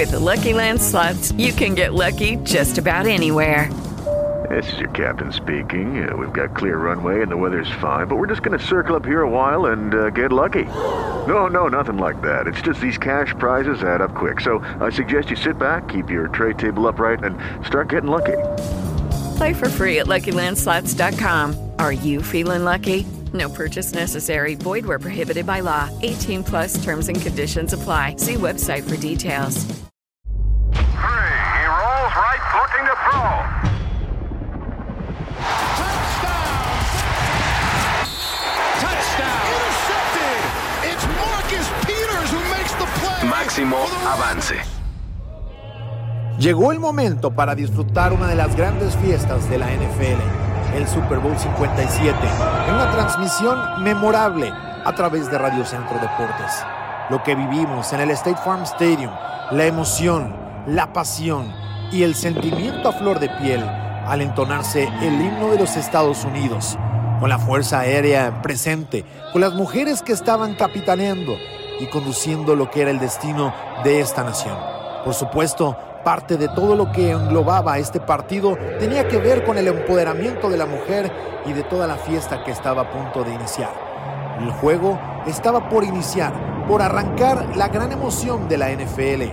With the Lucky Land Slots, you can get lucky just about anywhere. This is your captain speaking. We've got clear runway and the weather's fine, but we're just going to circle up here a while and get lucky. No, nothing like that. It's just these cash prizes add up quick. So I suggest you sit back, keep your tray table upright, and start getting lucky. Play for free at LuckyLandSlots.com. Are you feeling lucky? No purchase necessary. Void where prohibited by law. 18 plus terms and conditions apply. See website for details. He rolls right, looking to throw. Touchdown! Intercepted! It's Marcus Peters who makes the play. Máximo avance. Llegó el momento para disfrutar una de las grandes fiestas de la NFL, el Super Bowl 57, en una transmisión memorable a través de Radio Centro Deportes. Lo que vivimos en el State Farm Stadium, la emoción, la pasión y el sentimiento a flor de piel al entonarse el himno de los Estados Unidos, con la Fuerza Aérea presente, con las mujeres que estaban capitaneando y conduciendo lo que era el destino de esta nación. Por supuesto, parte de todo lo que englobaba este partido tenía que ver con el empoderamiento de la mujer y de toda la fiesta que estaba a punto de iniciar. El juego estaba por iniciar, por arrancar la gran emoción de la NFL.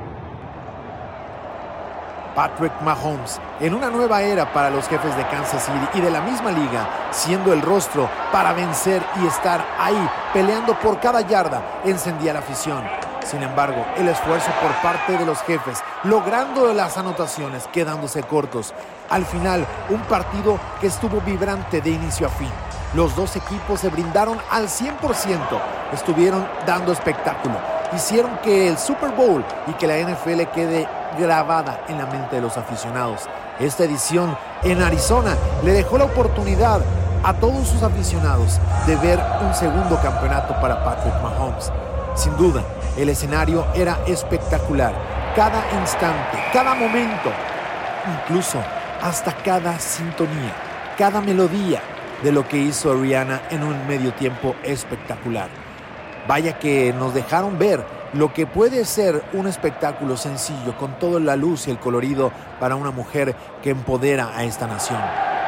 Patrick Mahomes, en una nueva era para los Jefes de Kansas City y de la misma liga, siendo el rostro para vencer y estar ahí peleando por cada yarda, encendía la afición. Sin embargo, el esfuerzo por parte de los Jefes, logrando las anotaciones, quedándose cortos. Al final, un partido que estuvo vibrante de inicio a fin. Los dos equipos se brindaron al 100%, estuvieron dando espectáculo. Hicieron que el Super Bowl y que la NFL quede grabada en la mente de los aficionados. Esta edición en Arizona le dejó la oportunidad a todos sus aficionados de ver un segundo campeonato para Patrick Mahomes. Sin duda, el escenario era espectacular. Cada instante, cada momento, incluso hasta cada sintonía, cada melodía de lo que hizo Rihanna en un medio tiempo espectacular. Vaya que nos dejaron ver lo que puede ser un espectáculo sencillo con toda la luz y el colorido para una mujer que empodera a esta nación.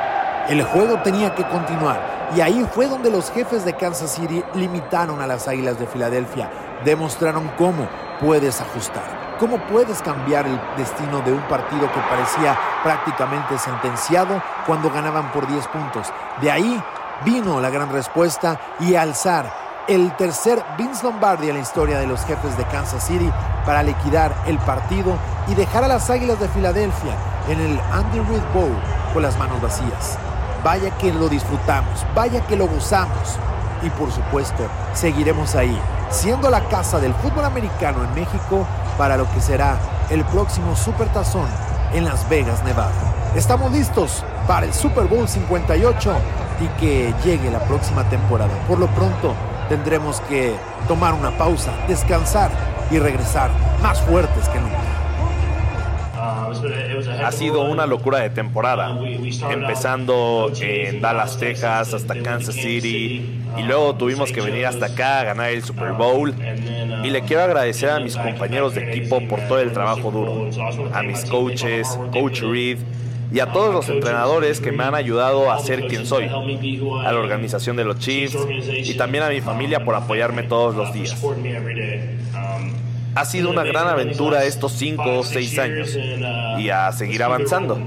El juego tenía que continuar y ahí fue donde los Jefes de Kansas City limitaron a las Águilas de Filadelfia. Demostraron cómo puedes ajustar, cómo puedes cambiar el destino de un partido que parecía prácticamente sentenciado cuando ganaban por 10 puntos. De ahí vino la gran respuesta y alzar el tercer Vince Lombardi en la historia de los Jefes de Kansas City para liquidar el partido y dejar a las Águilas de Filadelfia en el Andy Reid Bowl con las manos vacías. Vaya que lo disfrutamos, vaya que lo gozamos y por supuesto seguiremos ahí, siendo la casa del fútbol americano en México para lo que será el próximo Supertazón en Las Vegas, Nevada. Estamos listos para el Super Bowl 58 y que llegue la próxima temporada. Por lo pronto tendremos que tomar una pausa, descansar y regresar más fuertes que nunca. Ha sido una locura de temporada, empezando en Dallas, Texas, hasta Kansas City, y luego tuvimos que venir hasta acá a ganar el Super Bowl. Y le quiero agradecer a mis compañeros de equipo por todo el trabajo duro, a mis coaches, Coach Reid, y a todos los entrenadores que me han ayudado a ser quien soy, a la organización de los Chiefs y también a mi familia por apoyarme todos los días. Ha sido una gran aventura estos 5 o 6 años y a seguir avanzando.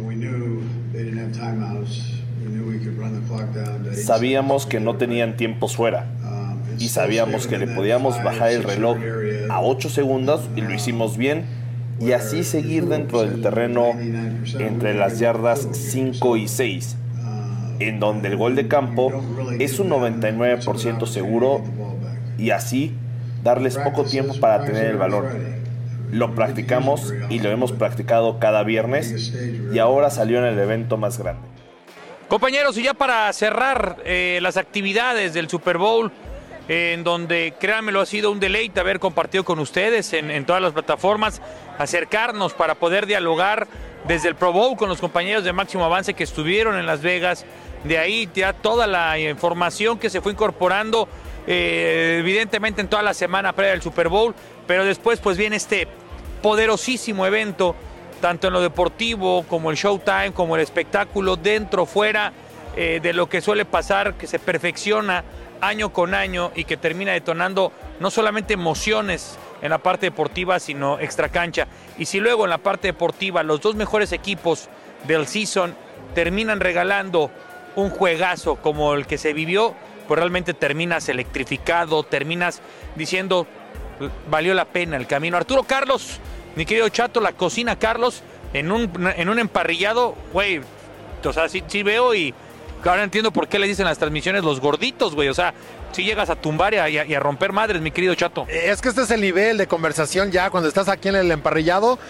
Sabíamos que no tenían tiempos fuera y sabíamos que le podíamos bajar el reloj a 8 segundos y lo hicimos bien, y así seguir dentro del terreno entre las yardas 5 y 6, en donde el gol de campo es un 99% seguro, y así darles poco tiempo para tener el balón. Lo practicamos y lo hemos practicado cada viernes y ahora salió en el evento más grande. Compañeros, y ya para cerrar las actividades del Super Bowl, en donde, créanmelo, ha sido un deleite haber compartido con ustedes en todas las plataformas, acercarnos para poder dialogar desde el Pro Bowl con los compañeros de Máximo Avance que estuvieron en Las Vegas. De ahí ya toda la información que se fue incorporando, evidentemente en toda la semana previa del Super Bowl, pero después pues viene este poderosísimo evento, tanto en lo deportivo como el showtime, como el espectáculo, dentro, fuera de lo que suele pasar, que se perfecciona año con año y que termina detonando no solamente emociones en la parte deportiva, sino extracancha. Y si luego en la parte deportiva los dos mejores equipos del season terminan regalando un juegazo como el que se vivió, pues realmente terminas electrificado, terminas diciendo, valió la pena el camino. Arturo Carlos, mi querido Chato, la cocina Carlos, en un emparrillado, güey, o sea, sí veo y ahora entiendo por qué le dicen las transmisiones los gorditos, güey, o sea, si llegas a tumbar y a romper madres, mi querido Chato. Es que este es el nivel de conversación ya cuando estás aquí en el emparrillado,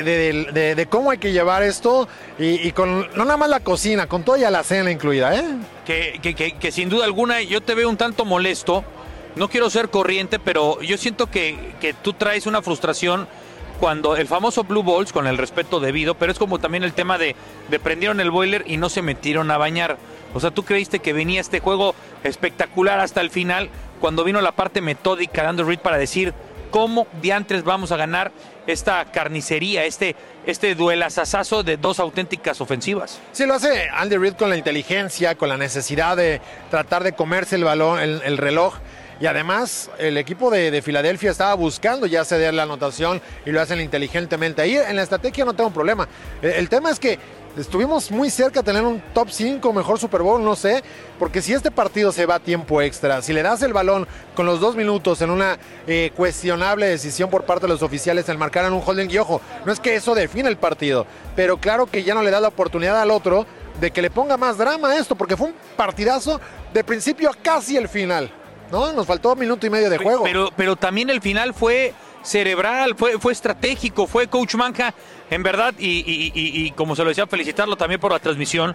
de cómo hay que llevar esto y con no nada más la cocina, con toda ya la cena incluida, ¿eh? Que sin duda alguna yo te veo un tanto molesto, no quiero ser corriente, pero yo siento que tú traes una frustración cuando el famoso Blue Balls, con el respeto debido, pero es como también el tema de prendieron el boiler y no se metieron a bañar. O sea, tú creíste que venía este juego espectacular hasta el final, cuando vino la parte metódica de Andy Reid para decir cómo diantres vamos a ganar esta carnicería, este duelazazazo de dos auténticas ofensivas. Sí, lo hace Andy Reid con la inteligencia, con la necesidad de tratar de comerse el balón, el reloj. Y además, el equipo de Filadelfia estaba buscando ya ceder la anotación y lo hacen inteligentemente. Ahí en la estrategia no tengo problema. El tema es que estuvimos muy cerca de tener un top 5, mejor Super Bowl, no sé, porque si este partido se va a tiempo extra, si le das el balón con los 2 minutos en una cuestionable decisión por parte de los oficiales al marcar en un holding, y ojo, no es que eso define el partido, pero claro que ya no le da la oportunidad al otro de que le ponga más drama a esto, porque fue un partidazo de principio a casi el final. No, nos faltó 1 minuto y medio de juego. Pero también el final fue cerebral, fue estratégico, fue Coach Manja, en verdad, y como se lo decía, felicitarlo también por la transmisión.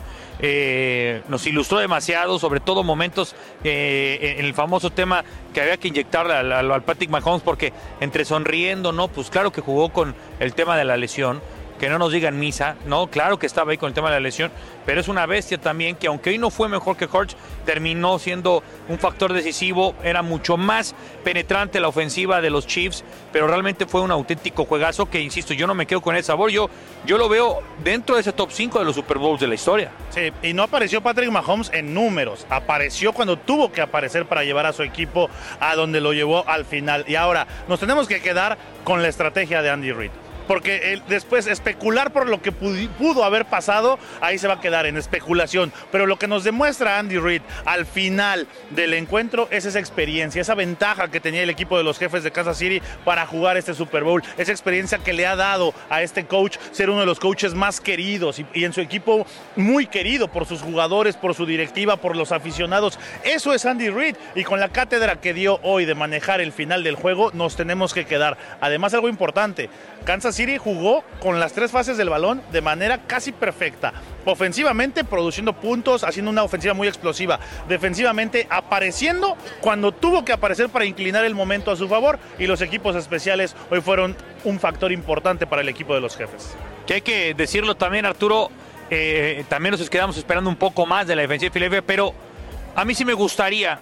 Nos ilustró demasiado, sobre todo momentos en el famoso tema que había que inyectarle al Patrick Mahomes, porque entre sonriendo, ¿no? Pues claro que jugó con el tema de la lesión. Que no nos digan misa, no, claro que estaba ahí con el tema de la lesión, pero es una bestia también que aunque hoy no fue mejor que Hurts, terminó siendo un factor decisivo, era mucho más penetrante la ofensiva de los Chiefs, pero realmente fue un auténtico juegazo que, insisto, yo no me quedo con ese sabor, yo lo veo dentro de ese top 5 de los Super Bowls de la historia. Sí, y no apareció Patrick Mahomes en números, apareció cuando tuvo que aparecer para llevar a su equipo a donde lo llevó al final, y ahora nos tenemos que quedar con la estrategia de Andy Reid. Porque después especular por lo que pudo haber pasado, ahí se va a quedar en especulación. Pero lo que nos demuestra Andy Reid al final del encuentro es esa experiencia, esa ventaja que tenía el equipo de los Jefes de Kansas City para jugar este Super Bowl. Esa experiencia que le ha dado a este coach ser uno de los coaches más queridos y en su equipo muy querido por sus jugadores, por su directiva, por los aficionados. Eso es Andy Reid, y con la cátedra que dio hoy de manejar el final del juego nos tenemos que quedar. Además, algo importante, Kansas City jugó con las 3 fases del balón de manera casi perfecta. Ofensivamente, produciendo puntos, haciendo una ofensiva muy explosiva. Defensivamente, apareciendo cuando tuvo que aparecer para inclinar el momento a su favor. Y los equipos especiales hoy fueron un factor importante para el equipo de los Jefes. Que hay que decirlo también, Arturo, también nos quedamos esperando un poco más de la defensiva de Filadelfia, pero a mí sí me gustaría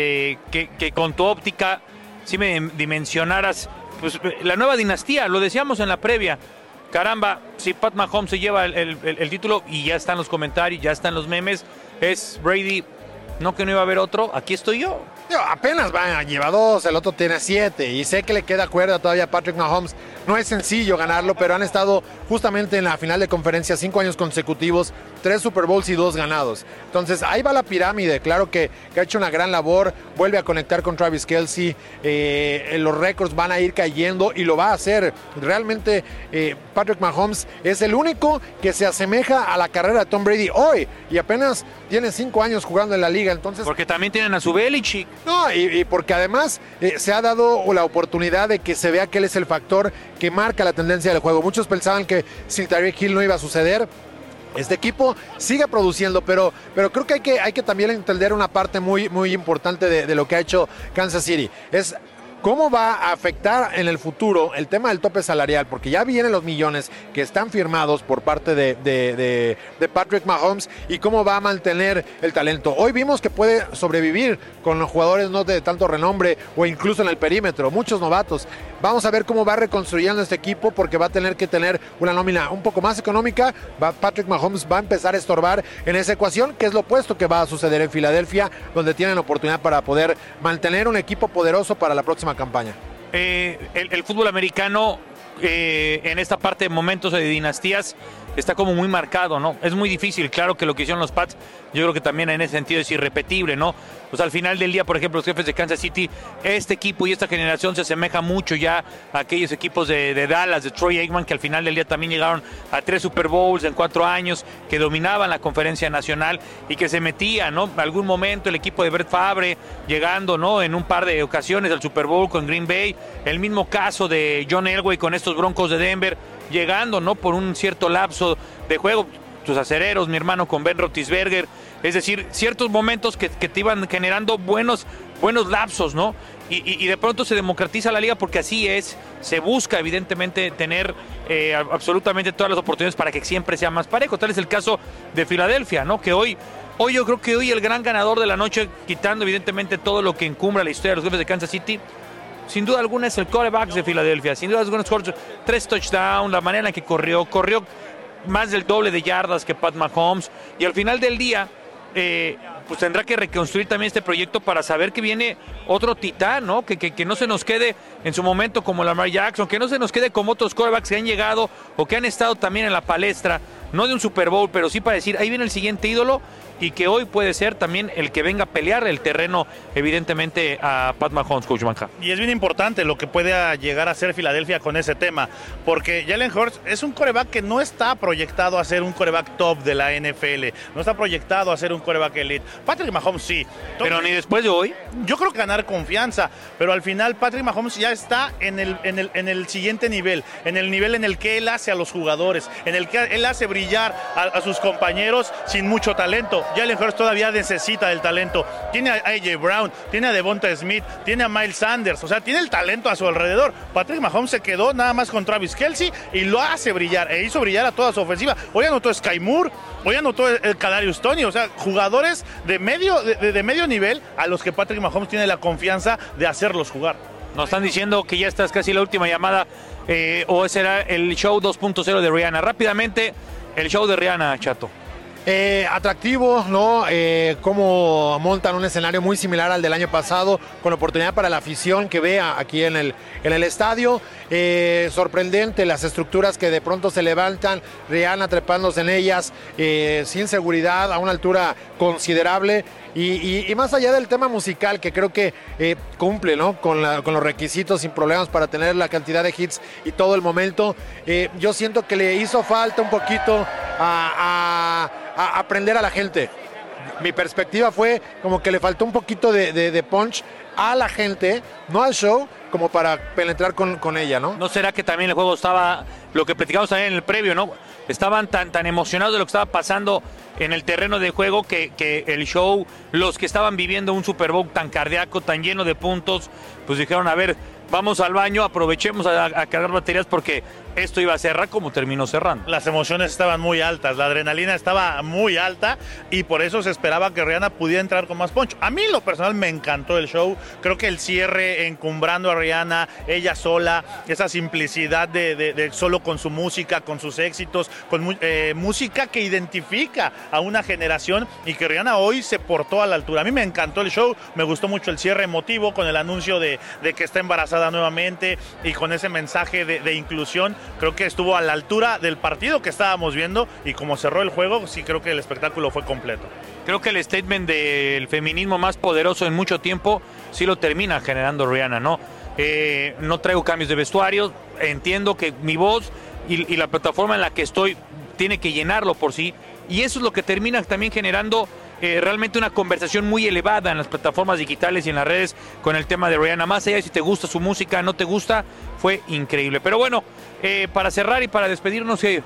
que con tu óptica sí me dimensionaras pues la nueva dinastía, lo decíamos en la previa. Caramba, si Pat Mahomes se lleva el título, y ya están los comentarios, ya están los memes, es Brady, no que no iba a haber otro, aquí estoy yo. Apenas lleva 2, el otro tiene 7, y sé que le queda cuerda todavía a Patrick Mahomes. No es sencillo ganarlo, pero han estado justamente en la final de conferencia 5 años consecutivos, 3 Super Bowls y 2 ganados. Entonces ahí va la pirámide, claro que ha hecho una gran labor, vuelve a conectar con Travis Kelce, los récords van a ir cayendo y lo va a hacer. Realmente Patrick Mahomes es el único que se asemeja a la carrera de Tom Brady hoy, y apenas tiene 5 años jugando en la liga. Entonces, porque también tienen a su Belichick. No, y porque además se ha dado la oportunidad de que se vea que él es el factor que marca la tendencia del juego. Muchos pensaban que sin Tyreek Hill no iba a suceder. Este equipo sigue produciendo, pero creo que hay que también entender una parte muy, muy importante de lo que ha hecho Kansas City. Es ¿Cómo va a afectar en el futuro el tema del tope salarial? Porque ya vienen los millones que están firmados por parte de Patrick Mahomes, y cómo va a mantener el talento. Hoy vimos que puede sobrevivir con los jugadores no de tanto renombre o incluso en el perímetro, muchos novatos. Vamos a ver cómo va reconstruyendo este equipo, porque va a tener que tener una nómina un poco más económica. Patrick Mahomes va a empezar a estorbar en esa ecuación, que es lo opuesto que va a suceder en Filadelfia, donde tienen oportunidad para poder mantener un equipo poderoso para la próxima campaña. El fútbol americano en esta parte de momentos de dinastías está como muy marcado, ¿no? Es muy difícil. Claro que lo que hicieron los Pats, yo creo que también en ese sentido es irrepetible, ¿no? Pues al final del día, por ejemplo, los Jefes de Kansas City, este equipo y esta generación se asemeja mucho ya a aquellos equipos de Dallas, de Troy Aikman, que al final del día también llegaron a 3 Super Bowls en 4 años, que dominaban la conferencia nacional y que se metía, ¿no? En algún momento el equipo de Brett Favre llegando, ¿no? En un par de ocasiones al Super Bowl con Green Bay. El mismo caso de John Elway con estos Broncos de Denver, llegando, ¿no? Por un cierto lapso de juego. Tus acereros, mi hermano, con Ben Roethlisberger. Es decir, ciertos momentos que te iban generando buenos lapsos, ¿no? Y de pronto se democratiza la liga, porque así es. Se busca, evidentemente, tener absolutamente todas las oportunidades para que siempre sea más parejo. Tal es el caso de Filadelfia, ¿no? Que hoy yo creo que hoy el gran ganador de la noche, quitando evidentemente todo lo que encumbra la historia de los Jefes de Kansas City, sin duda alguna es el quarterback de Filadelfia. Sin duda alguna, 3 touchdowns, la manera en la que corrió más del doble de yardas que Pat Mahomes, y al final del día pues tendrá que reconstruir también este proyecto para saber que viene otro titán, ¿no? Que no se nos quede en su momento como Lamar Jackson, que no se nos quede como otros quarterbacks que han llegado o que han estado también en la palestra, no de un Super Bowl, pero sí para decir, ahí viene el siguiente ídolo, y que hoy puede ser también el que venga a pelear el terreno, evidentemente, a Pat Mahomes, Coach Manja. Y es bien importante lo que puede llegar a ser Filadelfia con ese tema, porque Jalen Hurts es un quarterback que no está proyectado a ser un quarterback top de la NFL, no está proyectado a ser un quarterback elite. Patrick Mahomes sí. Pero ni después de hoy. Yo creo que ganar confianza, pero al final Patrick Mahomes ya está en el siguiente nivel, en el nivel en el que él hace a los jugadores, en el que él hace brillar a sus compañeros sin mucho talento. Jalen Hurts todavía necesita del talento. Tiene a A.J. Brown, tiene a Devonta Smith, tiene a Miles Sanders, o sea, tiene el talento a su alrededor. Patrick Mahomes se quedó nada más con Travis Kelce y lo hace brillar, e hizo brillar a toda su ofensiva. Hoy anotó Sky Moore, hoy anotó el Kadarius Toney, o sea, jugadores de medio nivel a los que Patrick Mahomes tiene la confianza de hacerlos jugar. Nos están diciendo que ya esta es casi la última llamada, o será el show 2.0 de Rihanna. Rápidamente, el show de Rihanna, Chato. Atractivo, ¿no? Cómo montan un escenario muy similar al del año pasado, con oportunidad para la afición que vea aquí en el estadio. Sorprendente las estructuras que de pronto se levantan, Rihanna trepándose en ellas, sin seguridad, a una altura considerable. Y más allá del tema musical, que creo que cumple, ¿no? con los requisitos sin problemas para tener la cantidad de hits y todo el momento, yo siento que le hizo falta un poquito a aprender a la gente. Mi perspectiva fue como que le faltó un poquito de punch a la gente, no al show, como para penetrar con ella, ¿no? ¿No será que también el juego estaba, lo que platicamos también en el previo, ¿no? Estaban tan emocionados de lo que estaba pasando en el terreno de juego que el show, los que estaban viviendo un Super Bowl tan cardíaco, tan lleno de puntos, pues dijeron, a ver, vamos al baño, aprovechemos a cargar baterías, porque esto iba a cerrar como terminó cerrando. Las emociones estaban muy altas, la adrenalina estaba muy alta, y por eso se esperaba que Rihanna pudiera entrar con más punch. A mí, en lo personal, me encantó el show. Creo que el cierre encumbrando a Rihanna, ella sola, esa simplicidad de solo con su música, con sus éxitos, con música que identifica a una generación, y que Rihanna hoy se portó a la altura. A mí me encantó el show, me gustó mucho el cierre emotivo con el anuncio de que está embarazada nuevamente, y con ese mensaje de inclusión. Creo que estuvo a la altura del partido que estábamos viendo, y como cerró el juego, sí creo que el espectáculo fue completo. Creo que el statement del feminismo más poderoso en mucho tiempo sí lo termina generando Rihanna, ¿no? No traigo cambios de vestuario, entiendo que mi voz y la plataforma en la que estoy tiene que llenarlo por sí, y eso es lo que termina también generando realmente una conversación muy elevada en las plataformas digitales y en las redes con el tema de Rihanna. Más allá de si te gusta su música, no te gusta, fue increíble. Pero bueno, para cerrar y para despedirnos,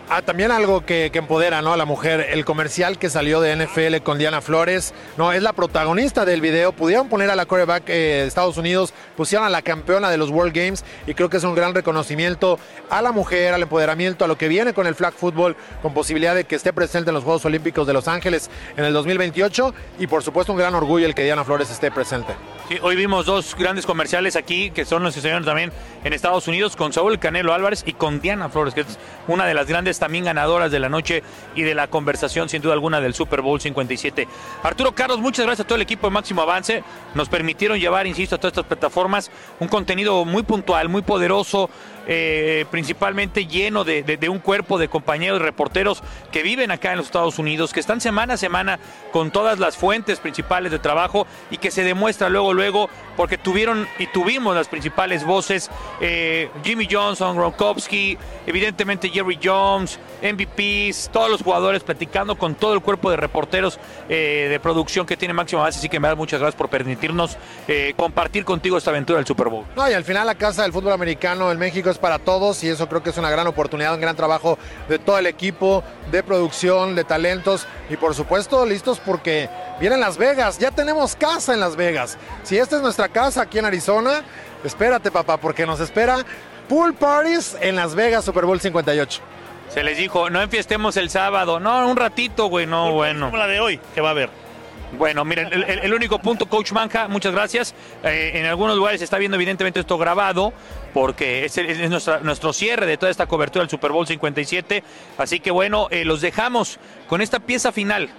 También algo que empodera, ¿no?, a la mujer, el comercial que salió de NFL con Diana Flores, no, es la protagonista del video. Pudieron poner a la quarterback de Estados Unidos, pusieron a la campeona de los World Games, y creo que es un gran reconocimiento a la mujer, al empoderamiento, a lo que viene con el flag football, con posibilidad de que esté presente en los Juegos Olímpicos de Los Ángeles en el 2028, y por supuesto un gran orgullo el que Diana Flores esté presente. Sí, hoy vimos dos grandes comerciales aquí, que son los que se ven también en Estados Unidos, con Saúl Canelo Álvarez y con Diana Flores, que es una de las grandes también ganadoras de la noche y de la conversación, sin duda alguna, del Super Bowl 57. Arturo Carlos, muchas gracias a todo el equipo de Máximo Avance. Nos permitieron llevar, insisto, a todas estas plataformas un contenido muy puntual, muy poderoso, principalmente lleno de un cuerpo de compañeros reporteros que viven acá en los Estados Unidos, que están semana a semana con todas las fuentes principales de trabajo, y que se demuestra luego, porque tuvimos las principales voces, Jimmy Johnson, Gronkowski, evidentemente Jerry Jones, MVPs, todos los jugadores platicando con todo el cuerpo de reporteros de producción que tiene Máximo Avance. Así que me da muchas gracias por permitirnos compartir contigo esta aventura del Super Bowl. No, y al final la casa del fútbol americano en México es para todos, y eso creo que es una gran oportunidad, un gran trabajo de todo el equipo de producción, de talentos, y por supuesto listos porque viene Las Vegas. Ya tenemos casa en Las Vegas. Si esta es nuestra casa aquí en Arizona, espérate, papá, porque nos espera pool parties en Las Vegas, Super Bowl 58. Se les dijo, no enfiestemos el sábado. No, un ratito, güey, no, bueno. Como la de hoy, que va a haber. Bueno, miren, el único punto, Coach Manja, muchas gracias. En algunos lugares se está viendo evidentemente esto grabado, porque es nuestro cierre de toda esta cobertura del Super Bowl 57. Así que bueno, los dejamos con esta pieza final.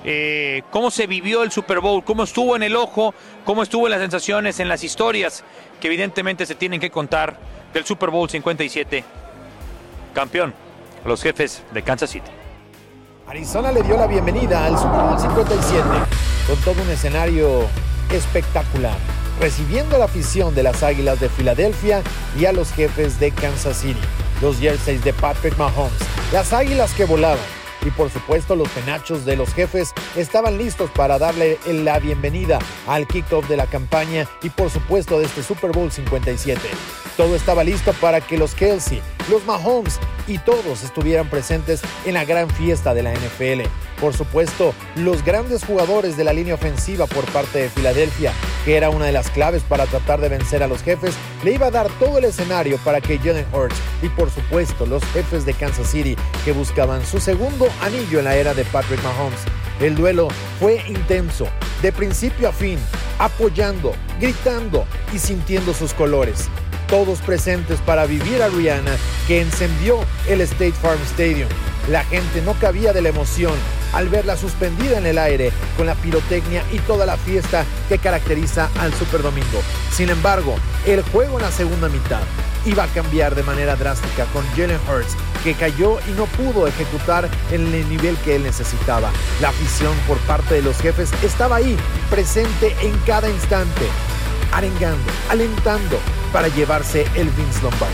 Cómo se vivió el Super Bowl, cómo estuvo en el ojo, cómo estuvo en las sensaciones, en las historias que evidentemente se tienen que contar del Super Bowl 57. Campeón, los Jefes de Kansas City. Arizona le dio la bienvenida al Super Bowl 57 con todo un escenario espectacular, recibiendo a la afición de las Águilas de Filadelfia y a los Jefes de Kansas City, los jerseys de Patrick Mahomes, las Águilas que volaban, y por supuesto los penachos de los Jefes estaban listos para darle la bienvenida al kickoff de la campaña y por supuesto de este Super Bowl 57. Todo estaba listo para que los Kelce, los Mahomes y todos estuvieran presentes en la gran fiesta de la NFL. Por supuesto, los grandes jugadores de la línea ofensiva por parte de Filadelfia, que era una de las claves para tratar de vencer a los Jefes, le iba a dar todo el escenario para que Jalen Hurts y por supuesto los Jefes de Kansas City, que buscaban su segundo anillo en la era de Patrick Mahomes. El duelo fue intenso, de principio a fin, apoyando, gritando y sintiendo sus colores. Todos presentes para vivir a Rihanna, que encendió el State Farm Stadium. La gente no cabía de la emoción al verla suspendida en el aire con la pirotecnia y toda la fiesta que caracteriza al Super Domingo. Sin embargo, el juego en la segunda mitad iba a cambiar de manera drástica con Jalen Hurts, que cayó y no pudo ejecutar en el nivel que él necesitaba. La afición por parte de los Jefes estaba ahí, presente en cada instante, arengando, alentando para llevarse el Vince Lombardi.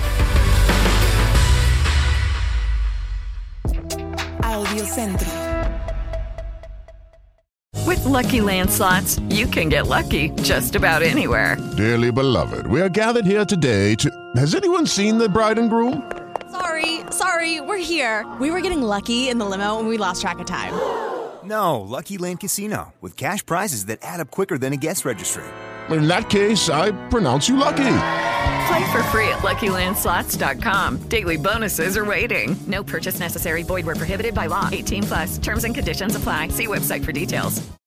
Audio Centro. With Lucky Land Slots, you can get lucky just about anywhere. Dearly beloved, we are gathered here today to... Has anyone seen the bride and groom? Sorry, we're here. We were getting lucky in the limo and we lost track of time. No, Lucky Land Casino, with cash prizes that add up quicker than a guest registry. In that case, I pronounce you lucky. Play for free at LuckyLandSlots.com. Daily bonuses are waiting. No purchase necessary. Void where prohibited by law. 18+. Terms and conditions apply. See website for details.